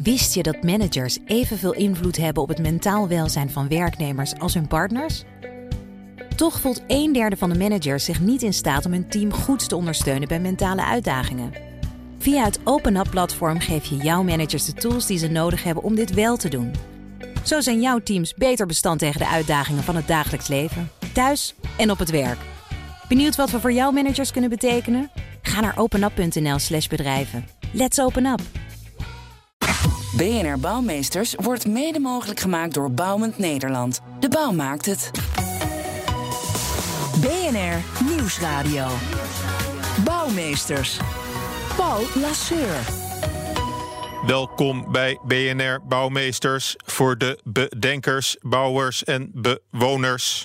Wist je dat managers evenveel invloed hebben op het mentaal welzijn van werknemers als hun partners? Toch voelt 1/3 van de managers zich niet in staat om hun team goed te ondersteunen bij mentale uitdagingen. Via het OpenUp-platform geef je jouw managers de tools die ze nodig hebben om dit wel te doen. Zo zijn jouw teams beter bestand tegen de uitdagingen van het dagelijks leven, thuis en op het werk. Benieuwd wat we voor jouw managers kunnen betekenen? Ga naar openup.nl/bedrijven. Let's open up! BNR Bouwmeesters wordt mede mogelijk gemaakt door Bouwend Nederland. De bouw maakt het. BNR Nieuwsradio. Bouwmeesters. Paul Lasseur. Welkom bij BNR Bouwmeesters voor de bedenkers, bouwers en bewoners.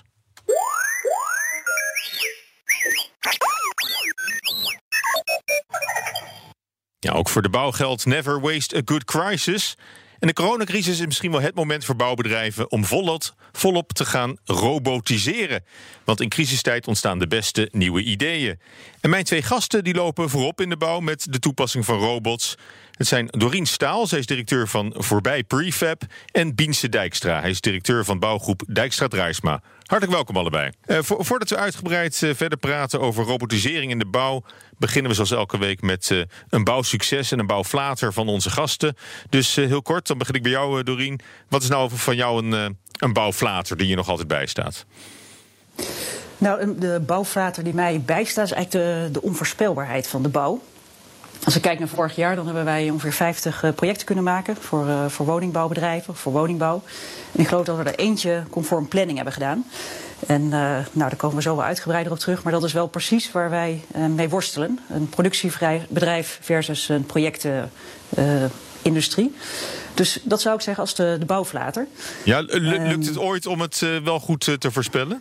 Ja, ook voor de bouw geldt never waste a good crisis. En de coronacrisis is misschien wel het moment voor bouwbedrijven om volop te gaan robotiseren. Want in crisistijd ontstaan de beste nieuwe ideeën. En mijn 2 gasten die lopen voorop in de bouw met de toepassing van robots. Het zijn Dorien Staal, zij is directeur van Voorbij Prefab. En Biense Dijkstra, hij is directeur van bouwgroep Dijkstra Drijsma. Hartelijk welkom allebei. Voordat we uitgebreid verder praten over robotisering in de bouw, beginnen we zoals elke week met een bouwsucces en een bouwflater van onze gasten. Dus heel kort, dan begin ik bij jou, Dorien. Wat is nou van jou een bouwflater die je nog altijd bijstaat? Nou, de bouwflater die mij bijstaat is eigenlijk de onvoorspelbaarheid van de bouw. Als we kijken naar vorig jaar, dan hebben wij ongeveer 50 projecten kunnen maken voor woningbouwbedrijven, voor woningbouw. En ik geloof dat we er eentje conform planning hebben gedaan. En daar komen we zo wel uitgebreider op terug. Maar dat is wel precies waar wij mee worstelen. Een productiebedrijf versus een projectindustrie. Dus dat zou ik zeggen als de bouwflater. Ja, lukt het ooit om het wel goed te voorspellen?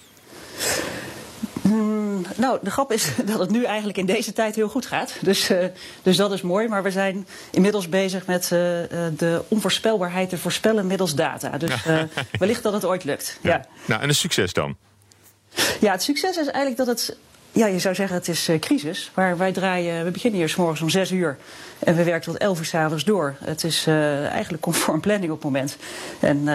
Nou, de grap is dat het nu eigenlijk in deze tijd heel goed gaat. Dus dat is mooi. Maar we zijn inmiddels bezig met de onvoorspelbaarheid te voorspellen middels data. Dus wellicht dat het ooit lukt. Ja. Nou, en een succes dan? Ja, het succes is eigenlijk dat het... Ja, je zou zeggen het is crisis. Maar wij we beginnen hier 's morgens om 6 uur. En we werken tot 11 uur 's avonds door. Het is eigenlijk conform planning op het moment. En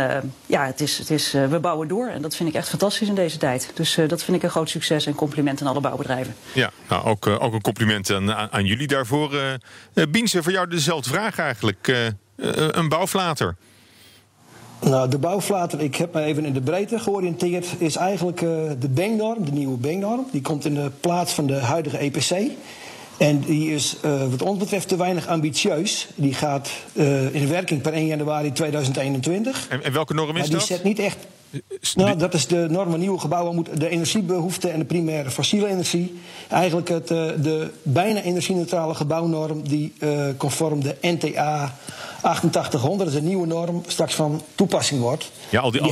we bouwen door. En dat vind ik echt fantastisch in deze tijd. Dus dat vind ik een groot succes en compliment aan alle bouwbedrijven. Ja, nou, ook een compliment aan jullie daarvoor. Biense, voor jou dezelfde vraag eigenlijk. Een bouwflater. Nou, de bouwflater, ik heb me even in de breedte georiënteerd, is eigenlijk de BENG-norm, de nieuwe BENG-norm. Die komt in de plaats van de huidige EPC. En die is wat ons betreft te weinig ambitieus. Die gaat in werking per 1 januari 2021. En welke norm is dat? Die zet niet echt... Nou, dat is de norm van nieuwe gebouwen moet de energiebehoefte en de primaire fossiele energie. Eigenlijk de bijna energie-neutrale gebouwnorm die conform de NTA 8800, dat is een nieuwe norm, straks van toepassing wordt. Ja, al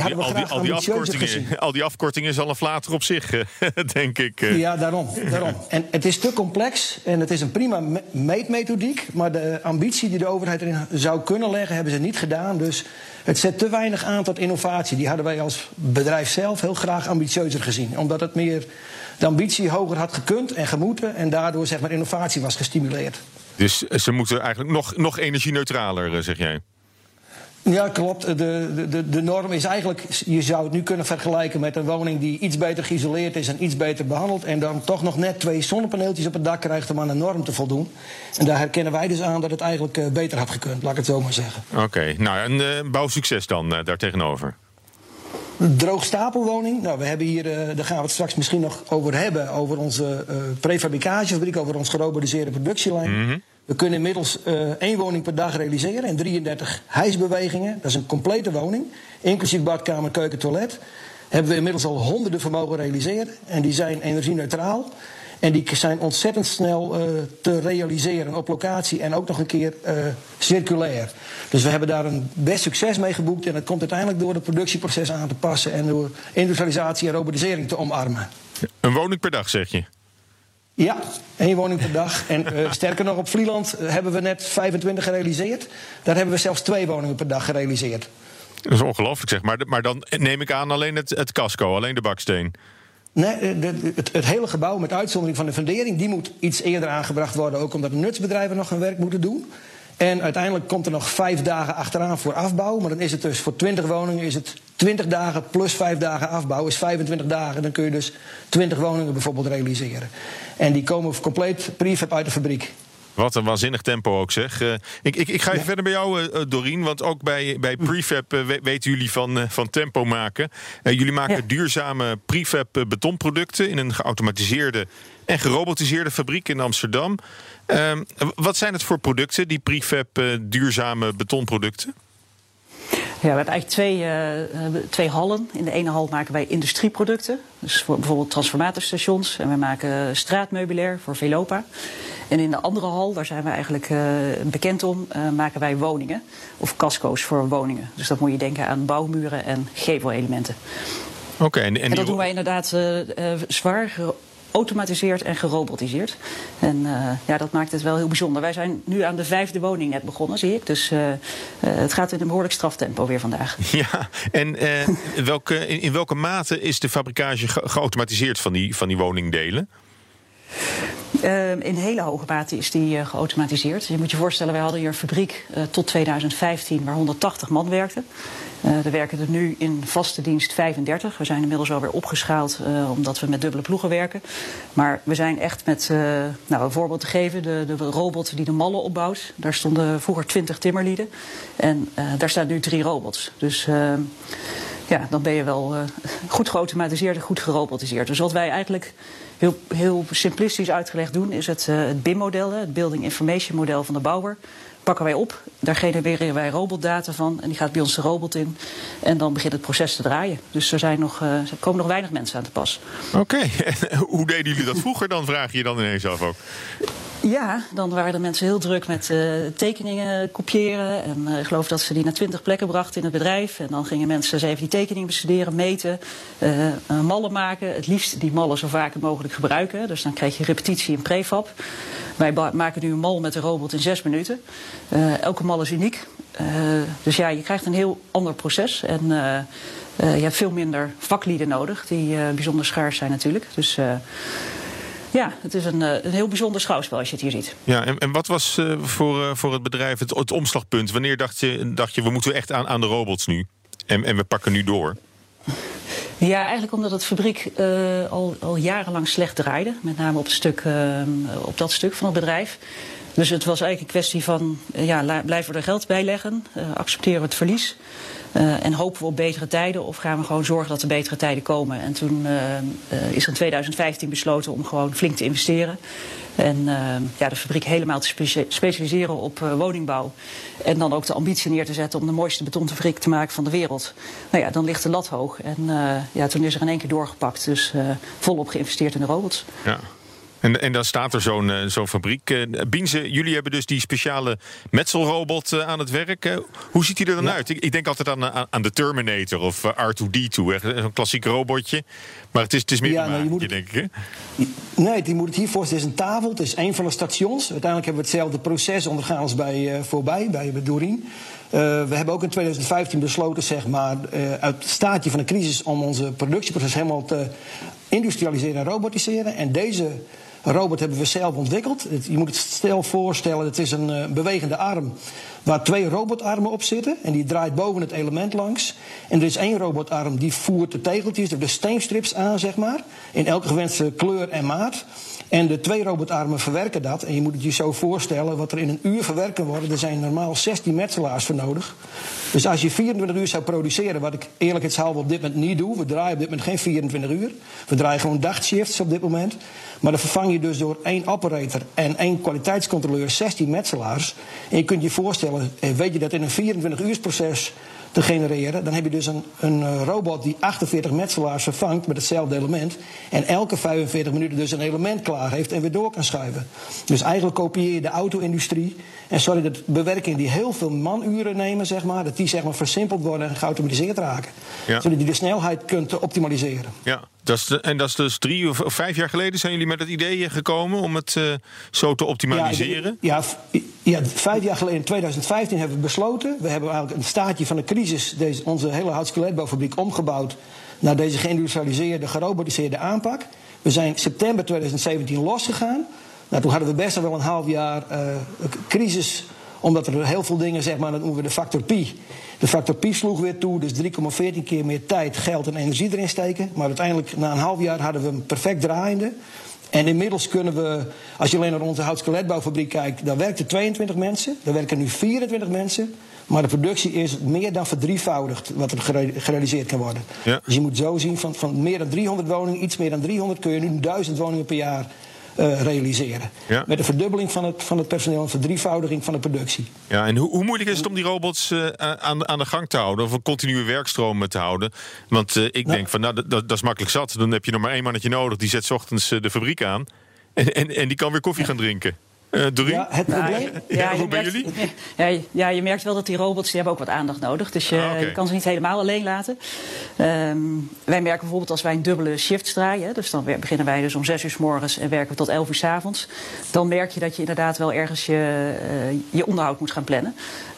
die afkortingen is al een flater op zich, denk ik. Ja, daarom. En het is te complex en het is een prima meetmethodiek, maar de ambitie die de overheid erin zou kunnen leggen, hebben ze niet gedaan. Dus het zet te weinig aan tot innovatie. Die hadden wij als bedrijf zelf heel graag ambitieuzer gezien. Omdat het meer de ambitie hoger had gekund en gemoeten en daardoor zeg maar innovatie was gestimuleerd. Dus ze moeten eigenlijk nog energie-neutraler, zeg jij? Ja, klopt. De norm is eigenlijk, je zou het nu kunnen vergelijken met een woning die iets beter geïsoleerd is en iets beter behandeld. En dan toch nog net 2 zonnepaneeltjes op het dak krijgt om aan een norm te voldoen. En daar herkennen wij dus aan dat het eigenlijk beter had gekund, laat ik het zo maar zeggen. Oké, nou een bouwsucces dan daartegenover. Droogstapelwoning. Nou, we hebben hier, daar gaan we het straks misschien nog over hebben, over onze prefabricagefabriek, over ons gerobotiseerde productielijn. Mm-hmm. We kunnen inmiddels 1 woning per dag realiseren en 33 hijsbewegingen. Dat is een complete woning, inclusief badkamer, keuken, toilet. Hebben we inmiddels al honderden vermogen realiseren. En die zijn energie-neutraal. En die zijn ontzettend snel te realiseren op locatie en ook nog een keer circulair. Dus we hebben daar een best succes mee geboekt. En het komt uiteindelijk door het productieproces aan te passen en door industrialisatie en robotisering te omarmen. Een woning per dag, zeg je? Ja, 1 woning per dag. En sterker nog, op Vlieland hebben we net 25 gerealiseerd. Daar hebben we zelfs 2 woningen per dag gerealiseerd. Dat is ongelooflijk, zeg. Maar dan neem ik aan alleen het casco, alleen de baksteen. Nee, het hele gebouw met uitzondering van de fundering, die moet iets eerder aangebracht worden, ook omdat de nutsbedrijven nog hun werk moeten doen. En uiteindelijk komt er nog 5 dagen achteraan voor afbouw. Maar dan is het dus voor 20 woningen is het 20 dagen plus 5 dagen afbouw. Is 25 dagen. Dan kun je dus 20 woningen bijvoorbeeld realiseren. En die komen compleet prefab uit de fabriek. Wat een waanzinnig tempo ook, zeg. Ik ga even verder bij jou, Dorien. Want ook bij prefab weten jullie van tempo maken. Jullie maken duurzame prefab betonproducten in een geautomatiseerde en gerobotiseerde fabriek in Amsterdam. Wat zijn het voor producten, die prefab duurzame betonproducten? Ja, we hebben eigenlijk twee hallen. In de ene hal maken wij industrieproducten. Dus voor bijvoorbeeld transformatorstations. En wij maken straatmeubilair voor Velopa. En in de andere hal, daar zijn we eigenlijk bekend om, maken wij woningen. Of casco's voor woningen. Dus dat moet je denken aan bouwmuren en gevelelementen. Oké, en dat doen wij inderdaad zwaar geautomatiseerd en gerobotiseerd. En dat maakt het wel heel bijzonder. Wij zijn nu aan de 5e woning net begonnen, zie ik. Dus het gaat in een behoorlijk straftempo weer vandaag. Ja, en in welke mate is de fabrikage geautomatiseerd van die woningdelen? In hele hoge mate is die geautomatiseerd. Je moet je voorstellen, wij hadden hier een fabriek tot 2015 waar 180 man werkten. Er werken er nu in vaste dienst 35. We zijn inmiddels alweer opgeschaald omdat we met dubbele ploegen werken. Maar we zijn echt met, een voorbeeld te geven, de robot die de mallen opbouwt. Daar stonden vroeger 20 timmerlieden. En daar staan nu 3 robots. Dus dan ben je wel goed geautomatiseerd en goed gerobotiseerd. Dus wat wij eigenlijk heel simplistisch uitgelegd doen, is het BIM-model, het Building Information Model van de bouwer. Pakken wij op, daar genereren wij robotdata van en die gaat bij ons de robot in. En dan begint het proces te draaien. Dus er komen nog weinig mensen aan te pas. Oké, hoe deden jullie dat vroeger dan, vraag je je dan ineens af ook? Ja, dan waren de mensen heel druk met tekeningen kopiëren. En ik geloof dat ze die naar 20 plekken brachten in het bedrijf. En dan gingen mensen eens even die tekeningen bestuderen, meten, mallen maken. Het liefst die mallen zo vaak mogelijk gebruiken. Dus dan krijg je repetitie in prefab. Wij maken nu een mal met de robot in 6 minuten. Elke mal is uniek. Dus ja, je krijgt een heel ander proces. En je hebt veel minder vaklieden nodig, die bijzonder schaars zijn natuurlijk. Dus het is een heel bijzonder schouwspel als je het hier ziet. Ja, en wat was voor het bedrijf het omslagpunt? Wanneer dacht je we moeten echt aan de robots nu? En we pakken nu door? Ja, eigenlijk omdat het fabriek al jarenlang slecht draaide. Met name op dat stuk van het bedrijf. Dus het was eigenlijk een kwestie van, blijven we er geld bij leggen? Accepteren we het verlies? En hopen we op betere tijden of gaan we gewoon zorgen dat er betere tijden komen? En toen is er in 2015 besloten om gewoon flink te investeren. En de fabriek helemaal te specialiseren op woningbouw. En dan ook de ambitie neer te zetten om de mooiste betonfabriek te maken van de wereld. Nou ja, dan ligt de lat hoog. En toen is er in één keer doorgepakt. Dus volop geïnvesteerd in de robots. Ja. En dan staat er zo'n fabriek. Biense, jullie hebben dus die speciale metselrobot aan het werk. Hoe ziet die er dan uit? Ik denk altijd aan de Terminator of R2-D2. Zo'n klassiek robotje. Maar het is meer een maatje, denk ik. Hè? Nee, je moet het hier voorstellen. Het is een tafel. Het is een van de stations. Uiteindelijk hebben we hetzelfde proces ondergaan als bij Dorien. We hebben ook in 2015 besloten, uit het staatje van de crisis, om onze productieproces helemaal te industrialiseren en robotiseren. En deze robot hebben we zelf ontwikkeld. Je moet het stel voorstellen, het is een bewegende arm waar 2 robotarmen op zitten. En die draait boven het element langs. En er is 1 robotarm die voert de tegeltjes, de steenstrips aan, in elke gewenste kleur en maat. En de 2 robotarmen verwerken dat. En je moet het je zo voorstellen, wat er in een uur verwerkt kan worden, er zijn normaal 16 metselaars voor nodig. Dus als je 24 uur zou produceren, wat ik eerlijkheidshalve op dit moment niet doe, we draaien op dit moment geen 24 uur. We draaien gewoon dagshifts op dit moment. Maar dan vervang je dus door 1 operator en 1 kwaliteitscontroleur 16 metselaars. En je kunt je voorstellen, weet je dat in een 24-uursproces te genereren, dan heb je dus een robot die 48 metselaars vervangt met hetzelfde element. En elke 45 minuten dus een element klaar heeft en weer door kan schuiven. Dus eigenlijk kopieer je de auto-industrie. En sorry, dat bewerking die heel veel manuren nemen, dat die versimpeld worden en geautomatiseerd raken. Ja. Zodat je de snelheid kunt optimaliseren. Ja. Dat is dus 3 of 5 jaar geleden zijn jullie met het idee gekomen om het zo te optimaliseren? Ja, 5 jaar geleden, in 2015, hebben we besloten. We hebben eigenlijk een staatje van de crisis onze hele houtskeletbouwfabriek omgebouwd naar deze geïndustrialiseerde, gerobotiseerde aanpak. We zijn september 2017 losgegaan. Nou, toen hadden we best wel een half jaar crisis Omdat er heel veel dingen, zeg maar, dat noemen we de factor pi. De factor pi sloeg weer toe, dus 3,14 keer meer tijd, geld en energie erin steken. Maar uiteindelijk, na een half jaar, hadden we hem perfect draaiende. En inmiddels kunnen we, als je alleen naar onze hout-skeletbouwfabriek kijkt, daar werken 22 mensen, daar werken nu 24 mensen. Maar de productie is meer dan verdrievoudigd wat er gerealiseerd kan worden. Ja. Dus je moet zo zien, van meer dan 300 woningen, iets meer dan 300, kun je nu 1000 woningen per jaar realiseren. Ja. Met een verdubbeling van het personeel en verdrievoudiging van de productie. Ja, en hoe moeilijk is het om die robots aan de gang te houden? Of een continue werkstroom te houden? Want ik denk van, dat is makkelijk zat. Dan heb je nog maar één mannetje nodig. Die zet 's ochtends de fabriek aan. En die kan weer koffie gaan drinken. Dorien? Ja, het probleem... Hoe bij jullie? Ja, je merkt wel dat die robots die hebben ook wat aandacht nodig. Dus je kan ze niet helemaal alleen laten. Wij merken bijvoorbeeld als wij een dubbele shift draaien. Hè, dus dan beginnen wij dus om 6 uur 's morgens en werken we tot 11 uur 's avonds. Dan merk je dat je inderdaad wel ergens je onderhoud moet gaan plannen.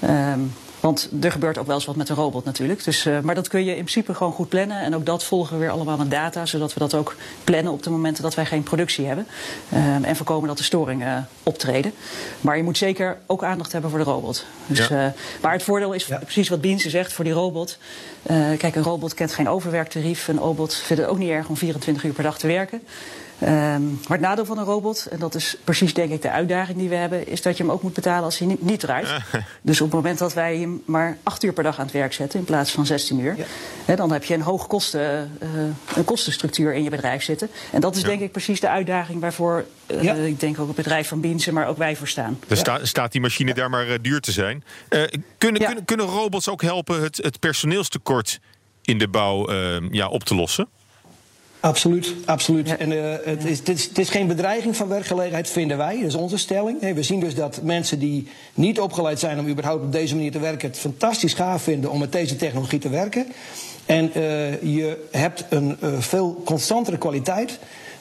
Want er gebeurt ook wel eens wat met een robot natuurlijk. Dus, maar dat kun je in principe gewoon goed plannen. En ook dat volgen we weer allemaal met data. Zodat we dat ook plannen op de momenten dat wij geen productie hebben. En voorkomen dat er storingen optreden. Maar je moet zeker ook aandacht hebben voor de robot. Dus, maar het voordeel is precies wat Biense zegt voor die robot. Kijk, een robot kent geen overwerktarief. Een robot vindt het ook niet erg om 24 uur per dag te werken. Maar het nadeel van een robot, en dat is precies denk ik de uitdaging die we hebben, is dat je hem ook moet betalen als hij niet draait. Dus op het moment dat wij hem maar 8 uur per dag aan het werk zetten in plaats van 16 uur, dan heb je een hoge kostenstructuur in je bedrijf zitten. En dat is denk ik precies de uitdaging waarvoor ik denk ook het bedrijf van Biense, maar ook wij voor staan. Staat die machine daar maar duur te zijn? Kunnen robots ook helpen het personeelstekort in de bouw op te lossen? Absoluut, absoluut. Ja. En het is geen bedreiging van werkgelegenheid, vinden wij. Dat is onze stelling. We zien dus dat mensen die niet opgeleid zijn om überhaupt op deze manier te werken, het fantastisch gaaf vinden om met deze technologie te werken. En je hebt een veel constantere kwaliteit.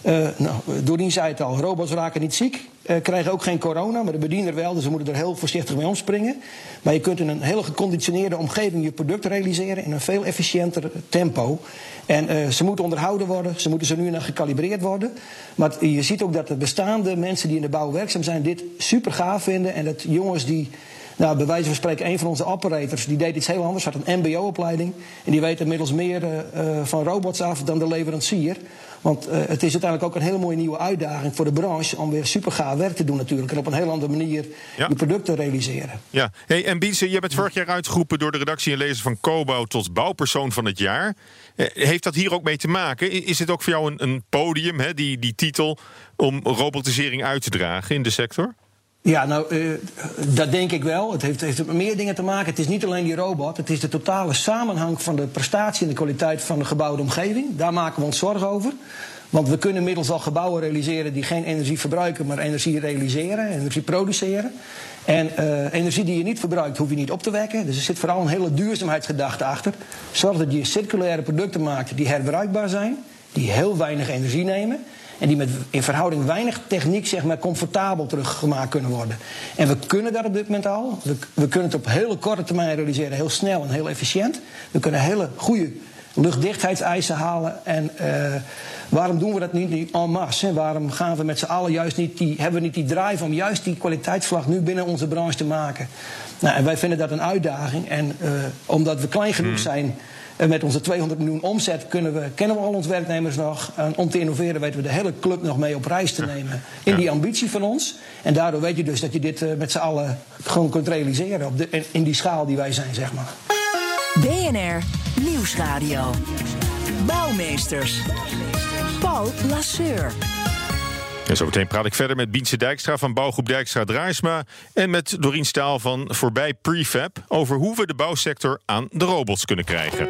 Dorien zei het al, robots raken niet ziek, krijgen ook geen corona, maar de bediener wel, dus we moeten er heel voorzichtig mee omspringen. Maar je kunt in een hele geconditioneerde omgeving je product realiseren in een veel efficiënter tempo. En ze moeten onderhouden worden, ze moeten zo nu en dan gecalibreerd worden. Maar je ziet ook dat de bestaande mensen die in de bouw werkzaam zijn dit super gaaf vinden. En dat jongens die, bij wijze van spreken, een van onze operators, die deed iets heel anders, had een mbo-opleiding. En die weet inmiddels meer van robots af dan de leverancier. Want het is uiteindelijk ook een hele mooie nieuwe uitdaging voor de branche om weer super gaaf werk te doen natuurlijk. En op een heel andere manier je producten te realiseren. Ja. Hey, en Biense, je bent vorig jaar uitgeroepen door de redactie en lezers van Cobouw tot bouwpersoon van het jaar. Heeft dat hier ook mee te maken? Is het ook voor jou een podium, die titel, om robotisering uit te dragen in de sector? Ja, dat denk ik wel. Het heeft met meer dingen te maken. Het is niet alleen die robot. Het is de totale samenhang van de prestatie en de kwaliteit van de gebouwde omgeving. Daar maken we ons zorgen over. Want we kunnen inmiddels al gebouwen realiseren die geen energie verbruiken, maar energie realiseren, energie produceren. En energie die je niet verbruikt, hoef je niet op te wekken. Dus er zit vooral een hele duurzaamheidsgedachte achter. Zorg dat je circulaire producten maakt die herbruikbaar zijn, die heel weinig energie nemen. En die met in verhouding weinig techniek comfortabel teruggemaakt kunnen worden. En we kunnen dat op dit moment al. We kunnen het op hele korte termijn realiseren, heel snel en heel efficiënt. We kunnen hele goede luchtdichtheidseisen halen. En waarom doen we dat niet en masse? Waarom gaan we met z'n allen hebben we niet die drive om juist die kwaliteitsslag nu binnen onze branche te maken? En wij vinden dat een uitdaging. En omdat we klein genoeg zijn, met onze 200 miljoen omzet kennen we al onze werknemers nog. En om te innoveren weten we de hele club nog mee op reis te nemen in die ambitie van ons. En daardoor weet je dus dat je dit met z'n allen gewoon kunt realiseren in die schaal die wij zijn, zeg maar. BNR Nieuwsradio. Bouwmeesters. Paul Lasseur. En zometeen praat ik verder met Biense Dijkstra van bouwgroep Dijkstra Draaisma en met Dorien Staal van Voorbij Prefab over hoe we de bouwsector aan de robots kunnen krijgen.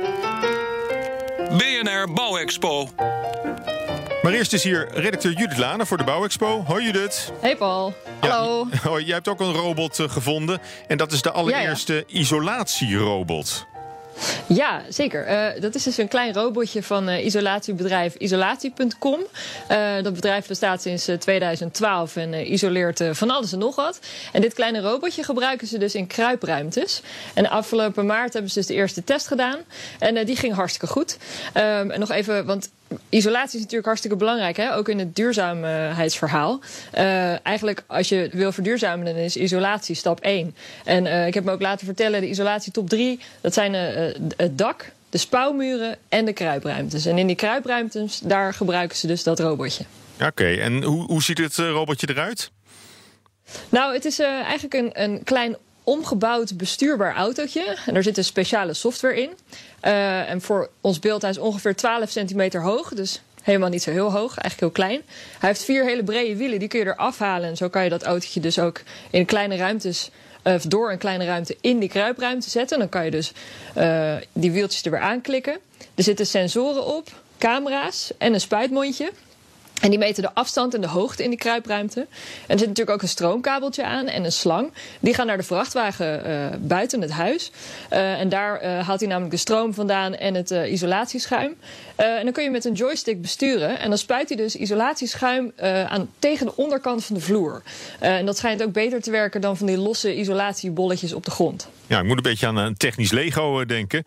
BNR Bouwexpo. Maar eerst is hier redacteur Judith Lane voor de Bouwexpo. Hoi Judith. Hey Paul. Hallo. Hoi, jij hebt ook een robot gevonden en dat is de allereerste isolatierobot. Ja, zeker. Dat is dus een klein robotje van isolatiebedrijf isolatie.com. Dat bedrijf bestaat sinds 2012 en isoleert van alles en nog wat. En dit kleine robotje gebruiken ze dus in kruipruimtes. En afgelopen maart hebben ze dus de eerste test gedaan. En die ging hartstikke goed. En nog even, want isolatie is natuurlijk hartstikke belangrijk, hè? Ook in het duurzaamheidsverhaal. Eigenlijk, als je wil verduurzamen, dan is isolatie stap 1. En ik heb me ook laten vertellen, de isolatie top 3, dat zijn het dak, de spouwmuren en de kruipruimtes. En in die kruipruimtes, daar gebruiken ze dus dat robotje. Oké, en hoe ziet het robotje eruit? Nou, het is eigenlijk een klein omgebouwd bestuurbaar autootje. En daar zit een speciale software in. En voor ons beeld, hij is ongeveer 12 centimeter hoog. Dus helemaal niet zo heel hoog, eigenlijk heel klein. Hij heeft 4 hele brede wielen, die kun je eraf halen. En zo kan je dat autootje dus ook in kleine ruimtes, door een kleine ruimte in die kruipruimte zetten. Dan kan je dus die wieltjes er weer aanklikken. Er zitten sensoren op, camera's en een spuitmondje. En die meten de afstand en de hoogte in die kruipruimte. En er zit natuurlijk ook een stroomkabeltje aan en een slang. Die gaan naar de vrachtwagen buiten het huis. En daar haalt hij namelijk de stroom vandaan en het isolatieschuim. En dan kun je met een joystick besturen. En dan spuit hij dus isolatieschuim tegen de onderkant van de vloer. En dat schijnt ook beter te werken dan van die losse isolatiebolletjes op de grond. Ja, ik moet een beetje aan een technisch Lego denken.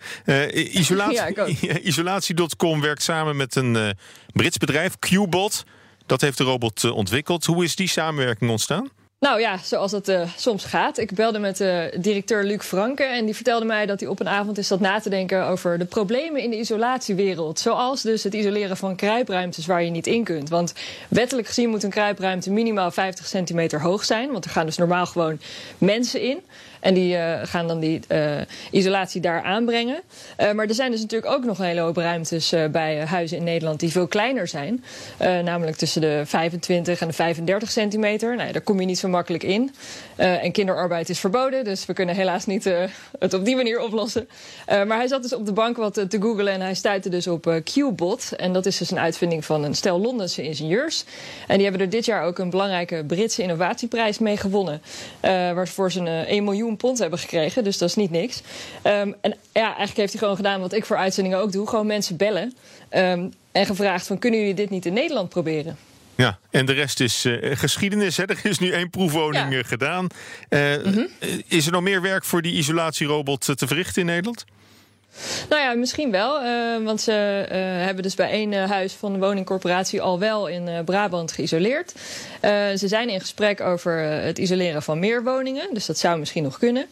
Isolatie.com werkt samen met een Brits bedrijf, Qbot. Dat heeft de robot ontwikkeld. Hoe is die samenwerking ontstaan? Nou ja, zoals het soms gaat. Ik belde met directeur Luc Franke en die vertelde mij dat hij op een avond is zat na te denken over de problemen in de isolatiewereld. Zoals dus het isoleren van kruipruimtes waar je niet in kunt. Want wettelijk gezien moet een kruipruimte minimaal 50 centimeter hoog zijn. Want er gaan dus normaal gewoon mensen in. En die gaan dan die isolatie daar aanbrengen. Maar er zijn dus natuurlijk ook nog een hele hoop ruimtes bij huizen in Nederland die veel kleiner zijn. Namelijk tussen de 25 en de 35 centimeter. Nou ja, daar kom je niet zo makkelijk in. En kinderarbeid is verboden, dus we kunnen helaas niet het op die manier oplossen. Maar hij zat dus op de bank wat te googlen en hij stuitte dus op Qbot. En dat is dus een uitvinding van een stel Londense ingenieurs. En die hebben er dit jaar ook een belangrijke Britse innovatieprijs mee gewonnen. Waarvoor ze een 1 miljoen pond hebben gekregen, dus dat is niet niks. En ja, eigenlijk heeft hij gewoon gedaan wat ik voor uitzendingen ook doe. Gewoon mensen bellen en gevraagd van, kunnen jullie dit niet in Nederland proberen? Ja, en de rest is geschiedenis. Hè? Er is nu 1 proefwoning gedaan. Is er nog meer werk voor die isolatierobot te verrichten in Nederland? Nou ja, misschien wel. Want ze hebben dus bij 1 huis van de woningcorporatie al wel in Brabant geïsoleerd. Ze zijn in gesprek over het isoleren van meer woningen. Dus dat zou misschien nog kunnen.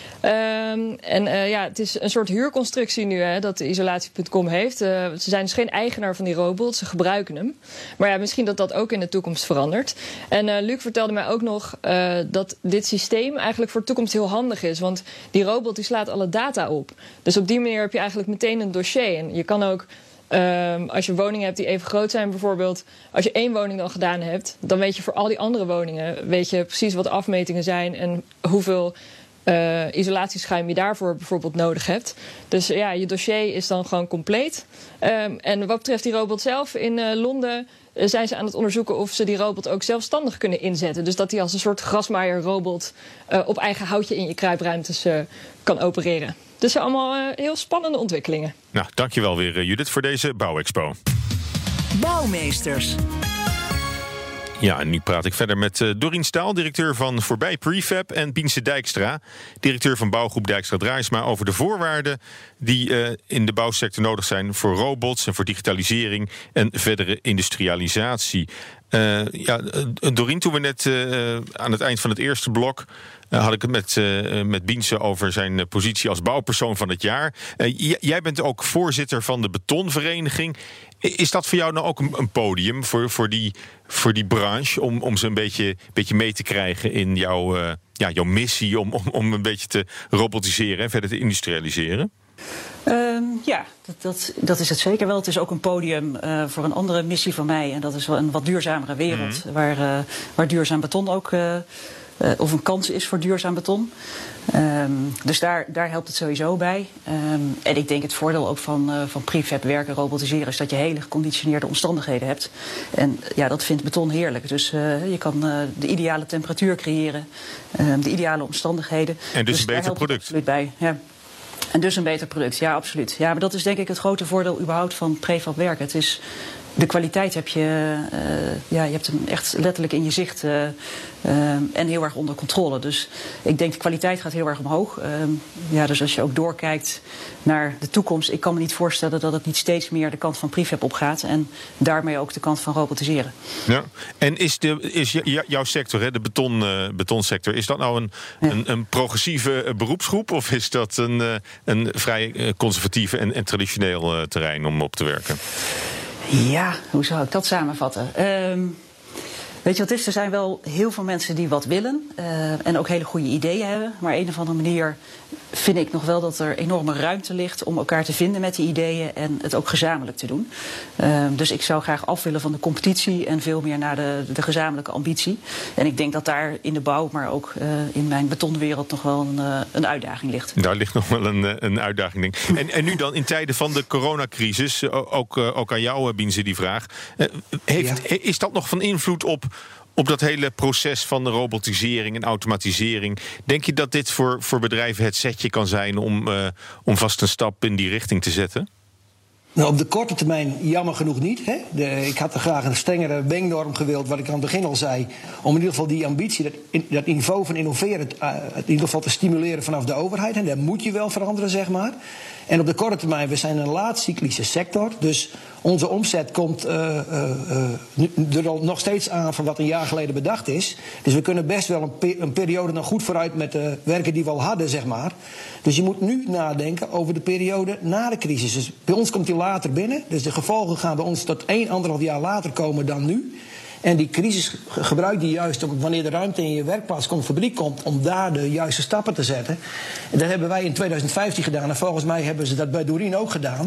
Het is een soort huurconstructie nu dat de isolatie.com heeft. Ze zijn dus geen eigenaar van die robot, ze gebruiken hem. Maar ja, misschien dat dat ook in de toekomst verandert. En Luc vertelde mij ook nog dat dit systeem eigenlijk voor de toekomst heel handig is. Want die robot die slaat alle data op. Dus op die manier heb je eigenlijk meteen een dossier. En je kan ook, als je woningen hebt die even groot zijn bijvoorbeeld, als je 1 woning dan gedaan hebt, dan weet je voor al die andere woningen weet je precies wat de afmetingen zijn en hoeveel isolatieschuim je daarvoor bijvoorbeeld nodig hebt. Dus ja, je dossier is dan gewoon compleet. En wat betreft die robot zelf, in Londen zijn ze aan het onderzoeken of ze die robot ook zelfstandig kunnen inzetten. Dus dat hij als een soort grasmaaierrobot op eigen houtje in je kruipruimtes kan opereren. Dus zijn allemaal heel spannende ontwikkelingen. Nou, dankjewel weer Judith voor deze Bouwexpo. Bouwmeesters. Ja, en nu praat ik verder met Dorien Staal, directeur van Voorbij Prefab, en Biense Dijkstra, directeur van bouwgroep Dijkstra Draaisma, over de voorwaarden die in de bouwsector nodig zijn voor robots en voor digitalisering en verdere industrialisatie. Dorien, toen we net aan het eind van het eerste blok had ik het met Biense over zijn positie als bouwpersoon van het jaar. Jij bent ook voorzitter van de betonvereniging. Is dat voor jou nou ook een podium voor die branche om ze een beetje mee te krijgen in jouw missie om een beetje te robotiseren en verder te industrialiseren? Dat is het zeker wel. Het is ook een podium voor een andere missie van mij. En dat is wel een wat duurzamere wereld. Waar duurzaam beton ook of een kans is voor duurzaam beton. Dus daar helpt het sowieso bij. En ik denk het voordeel ook van prefab werken, robotiseren, is dat je hele geconditioneerde omstandigheden hebt. En ja, dat vindt beton heerlijk. Dus je kan de ideale temperatuur creëren, de ideale omstandigheden. En dus een beter product. Absoluut bij. Ja. En dus een beter product, ja, absoluut. Ja, maar dat is denk ik het grote voordeel überhaupt van prefab werken. Het is De kwaliteit heb je, je hebt hem echt letterlijk in je zicht en heel erg onder controle. Dus ik denk de kwaliteit gaat heel erg omhoog. Dus als je ook doorkijkt naar de toekomst, ik kan me niet voorstellen dat het niet steeds meer de kant van prefab opgaat en daarmee ook de kant van robotiseren. Ja. En is jouw sector, hè, de betonsector, is dat nou een progressieve beroepsgroep of is dat een vrij conservatieve en traditioneel terrein om op te werken? Ja, hoe zou ik dat samenvatten? Weet je wat het is? Er zijn wel heel veel mensen die wat willen en ook hele goede ideeën hebben. Maar op een of andere manier vind ik nog wel dat er enorme ruimte ligt om elkaar te vinden met die ideeën en het ook gezamenlijk te doen. Dus ik zou graag af willen van de competitie en veel meer naar de gezamenlijke ambitie. En ik denk dat daar in de bouw, maar ook in mijn betonwereld nog wel een uitdaging ligt. Daar ligt nog wel een uitdaging, denk ik. En nu dan in tijden van de coronacrisis, ook aan jou, Biense, die vraag. Is dat nog van invloed op dat hele proces van de robotisering en automatisering? Denk je dat dit voor bedrijven het setje kan zijn om vast een stap in die richting te zetten? Nou, op de korte termijn jammer genoeg niet. Hè? Ik had er graag een strengere Beng-norm gewild, wat ik aan het begin al zei. Om in ieder geval die ambitie, dat niveau van innoveren, in ieder geval te stimuleren vanaf de overheid. En daar moet je wel veranderen, zeg maar. En op de korte termijn, we zijn een laatcyclische sector. Dus onze omzet komt er nog steeds aan van wat een jaar geleden bedacht is. Dus we kunnen best wel een periode nog goed vooruit met de werken die we al hadden, zeg maar. Dus je moet nu nadenken over de periode na de crisis. Dus bij ons komt die later binnen. Dus de gevolgen gaan bij ons tot 1,5 jaar later komen dan nu. En die crisis gebruik je juist wanneer de ruimte in je werkplaats komt, fabriek komt, om daar de juiste stappen te zetten. En dat hebben wij in 2015 gedaan. En volgens mij hebben ze dat bij Dorien ook gedaan.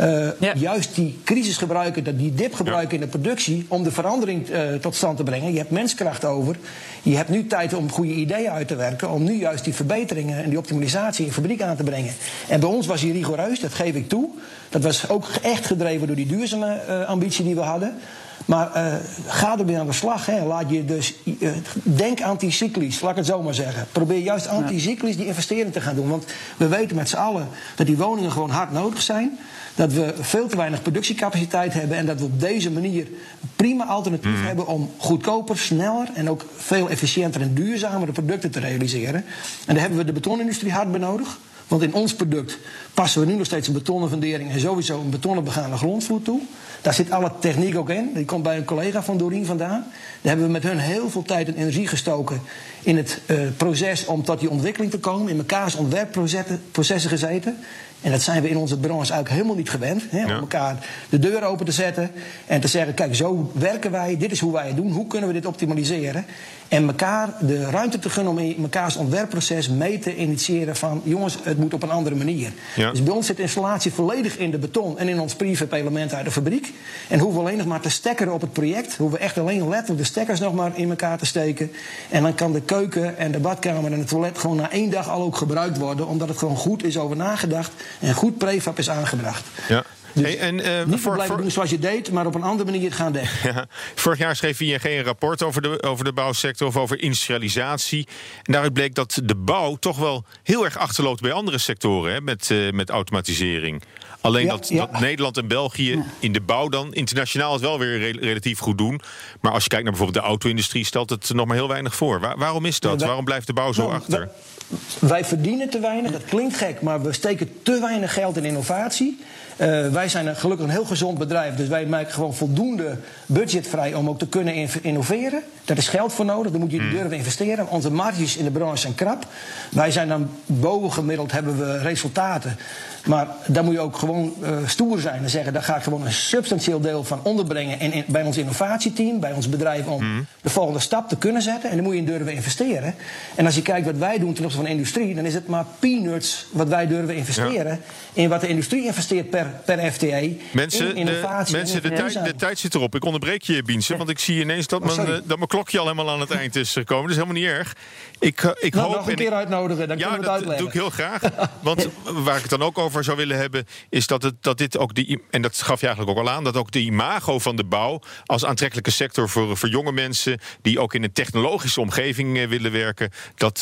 Juist die crisis gebruiken, die dip gebruiken in de productie, om de verandering tot stand te brengen. Je hebt menskracht over. Je hebt nu tijd om goede ideeën uit te werken, om nu juist die verbeteringen en die optimalisatie in de fabriek aan te brengen. En bij ons was die rigoureus, dat geef ik toe. Dat was ook echt gedreven door die duurzame ambitie die we hadden. Maar ga er weer aan de slag. Hè. Laat je dus, denk anticyclisch, laat ik het zo maar zeggen. Probeer juist anticyclisch die investering te gaan doen. Want we weten met z'n allen dat die woningen gewoon hard nodig zijn. Dat we veel te weinig productiecapaciteit hebben. En dat we op deze manier prima alternatief hebben om goedkoper, sneller en ook veel efficiënter en duurzamere producten te realiseren. En daar hebben we de betonindustrie hard bij nodig. Want in ons product passen we nu nog steeds een betonnen fundering en sowieso een betonnen begane grondvloer toe. Daar zit alle techniek ook in. Die komt bij een collega van Dorien vandaan. Daar hebben we met hun heel veel tijd en energie gestoken in het proces om tot die ontwikkeling te komen. In mekaars ontwerpprocessen gezeten. En dat zijn we in onze branche eigenlijk helemaal niet gewend. Hè, om elkaar de deur open te zetten en te zeggen, kijk, zo werken wij, dit is hoe wij het doen, hoe kunnen we dit optimaliseren? En elkaar de ruimte te gunnen om in mekaars ontwerpproces mee te initiëren van, jongens, het moet op een andere manier. Ja. Dus bij ons zit de installatie volledig in de beton en in ons prefab element uit de fabriek. En hoeven we alleen nog maar te stekkeren op het project. Hoeven we echt alleen letterlijk de stekkers nog maar in elkaar te steken. En dan kan de keuken en de badkamer en het toilet gewoon na 1 dag al ook gebruikt worden, omdat het gewoon goed is over nagedacht en goed prefab is aangebracht. Ja. Dus niet blijven doen zoals je deed, maar op een andere manier gaan denken. Ja. Vorig jaar schreef ING een rapport over de bouwsector of over industrialisatie. En daaruit bleek dat de bouw toch wel heel erg achterloopt bij andere sectoren, hè, met automatisering. Alleen dat Nederland en België in de bouw dan internationaal het wel weer relatief goed doen. Maar als je kijkt naar bijvoorbeeld de auto-industrie, stelt het nog maar heel weinig voor. Waarom is dat? Waarom blijft de bouw zo achter? Wij verdienen te weinig, dat klinkt gek, maar we steken te weinig geld in innovatie. Wij zijn gelukkig een heel gezond bedrijf, dus wij maken gewoon voldoende budget vrij om ook te kunnen innoveren. Daar is geld voor nodig, daar moet je durven investeren. Onze marges in de branche zijn krap. Wij zijn dan bovengemiddeld, hebben we resultaten. Maar daar moet je ook gewoon stoer zijn en zeggen, daar ga ik gewoon een substantieel deel van onderbrengen bij ons innovatieteam, bij ons bedrijf, om de volgende stap te kunnen zetten. En dan moet je in durven investeren. En als je kijkt wat wij doen ten opzichte van de industrie, dan is het maar peanuts wat wij durven investeren in wat de industrie investeert per FTE. Mensen, in innovatie. De tijd zit erop. Ik onderbreek je, Biense, want ik zie ineens dat mijn klokje al helemaal aan het eind is gekomen. Dat is helemaal niet erg. Ik hoop nog een keer uitnodigen, dan kunnen we het uitleggen. Dat doe ik heel graag. Want waar ik het dan ook over zou willen hebben, is dat dit ook en dat gaf je eigenlijk ook al aan, dat ook de imago van de bouw als aantrekkelijke sector voor jonge mensen die ook in een technologische omgeving willen werken,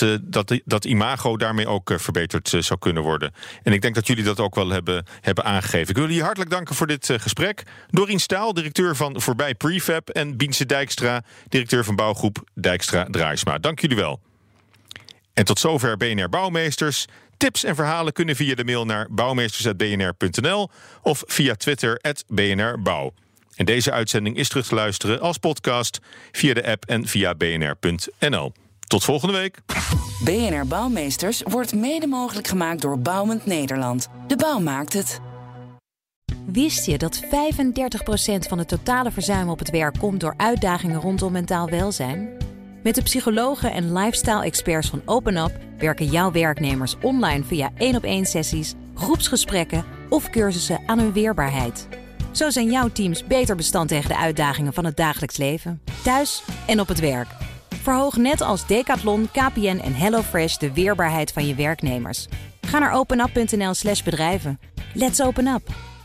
dat imago daarmee ook verbeterd zou kunnen worden. En ik denk dat jullie dat ook wel hebben aangegeven. Ik wil jullie hartelijk danken voor dit gesprek. Dorien Staal, directeur van Voorbij Prefab. En Biense Dijkstra, directeur van bouwgroep Dijkstra Draaisma. Dank jullie wel. En tot zover BNR Bouwmeesters. Tips en verhalen kunnen via de mail naar bouwmeesters@bnr.nl of via Twitter @BNRBouw. En deze uitzending is terug te luisteren als podcast via de app en via bnr.nl. Tot volgende week. BNR Bouwmeesters wordt mede mogelijk gemaakt door Bouwend Nederland. De bouw maakt het. Wist je dat 35% van het totale verzuim op het werk komt door uitdagingen rondom mentaal welzijn? Met de psychologen en lifestyle-experts van OpenUp werken jouw werknemers online via 1-op-1 sessies, groepsgesprekken of cursussen aan hun weerbaarheid. Zo zijn jouw teams beter bestand tegen de uitdagingen van het dagelijks leven, thuis en op het werk. Verhoog net als Decathlon, KPN en HelloFresh de weerbaarheid van je werknemers. Ga naar openup.nl/bedrijven. Let's open up!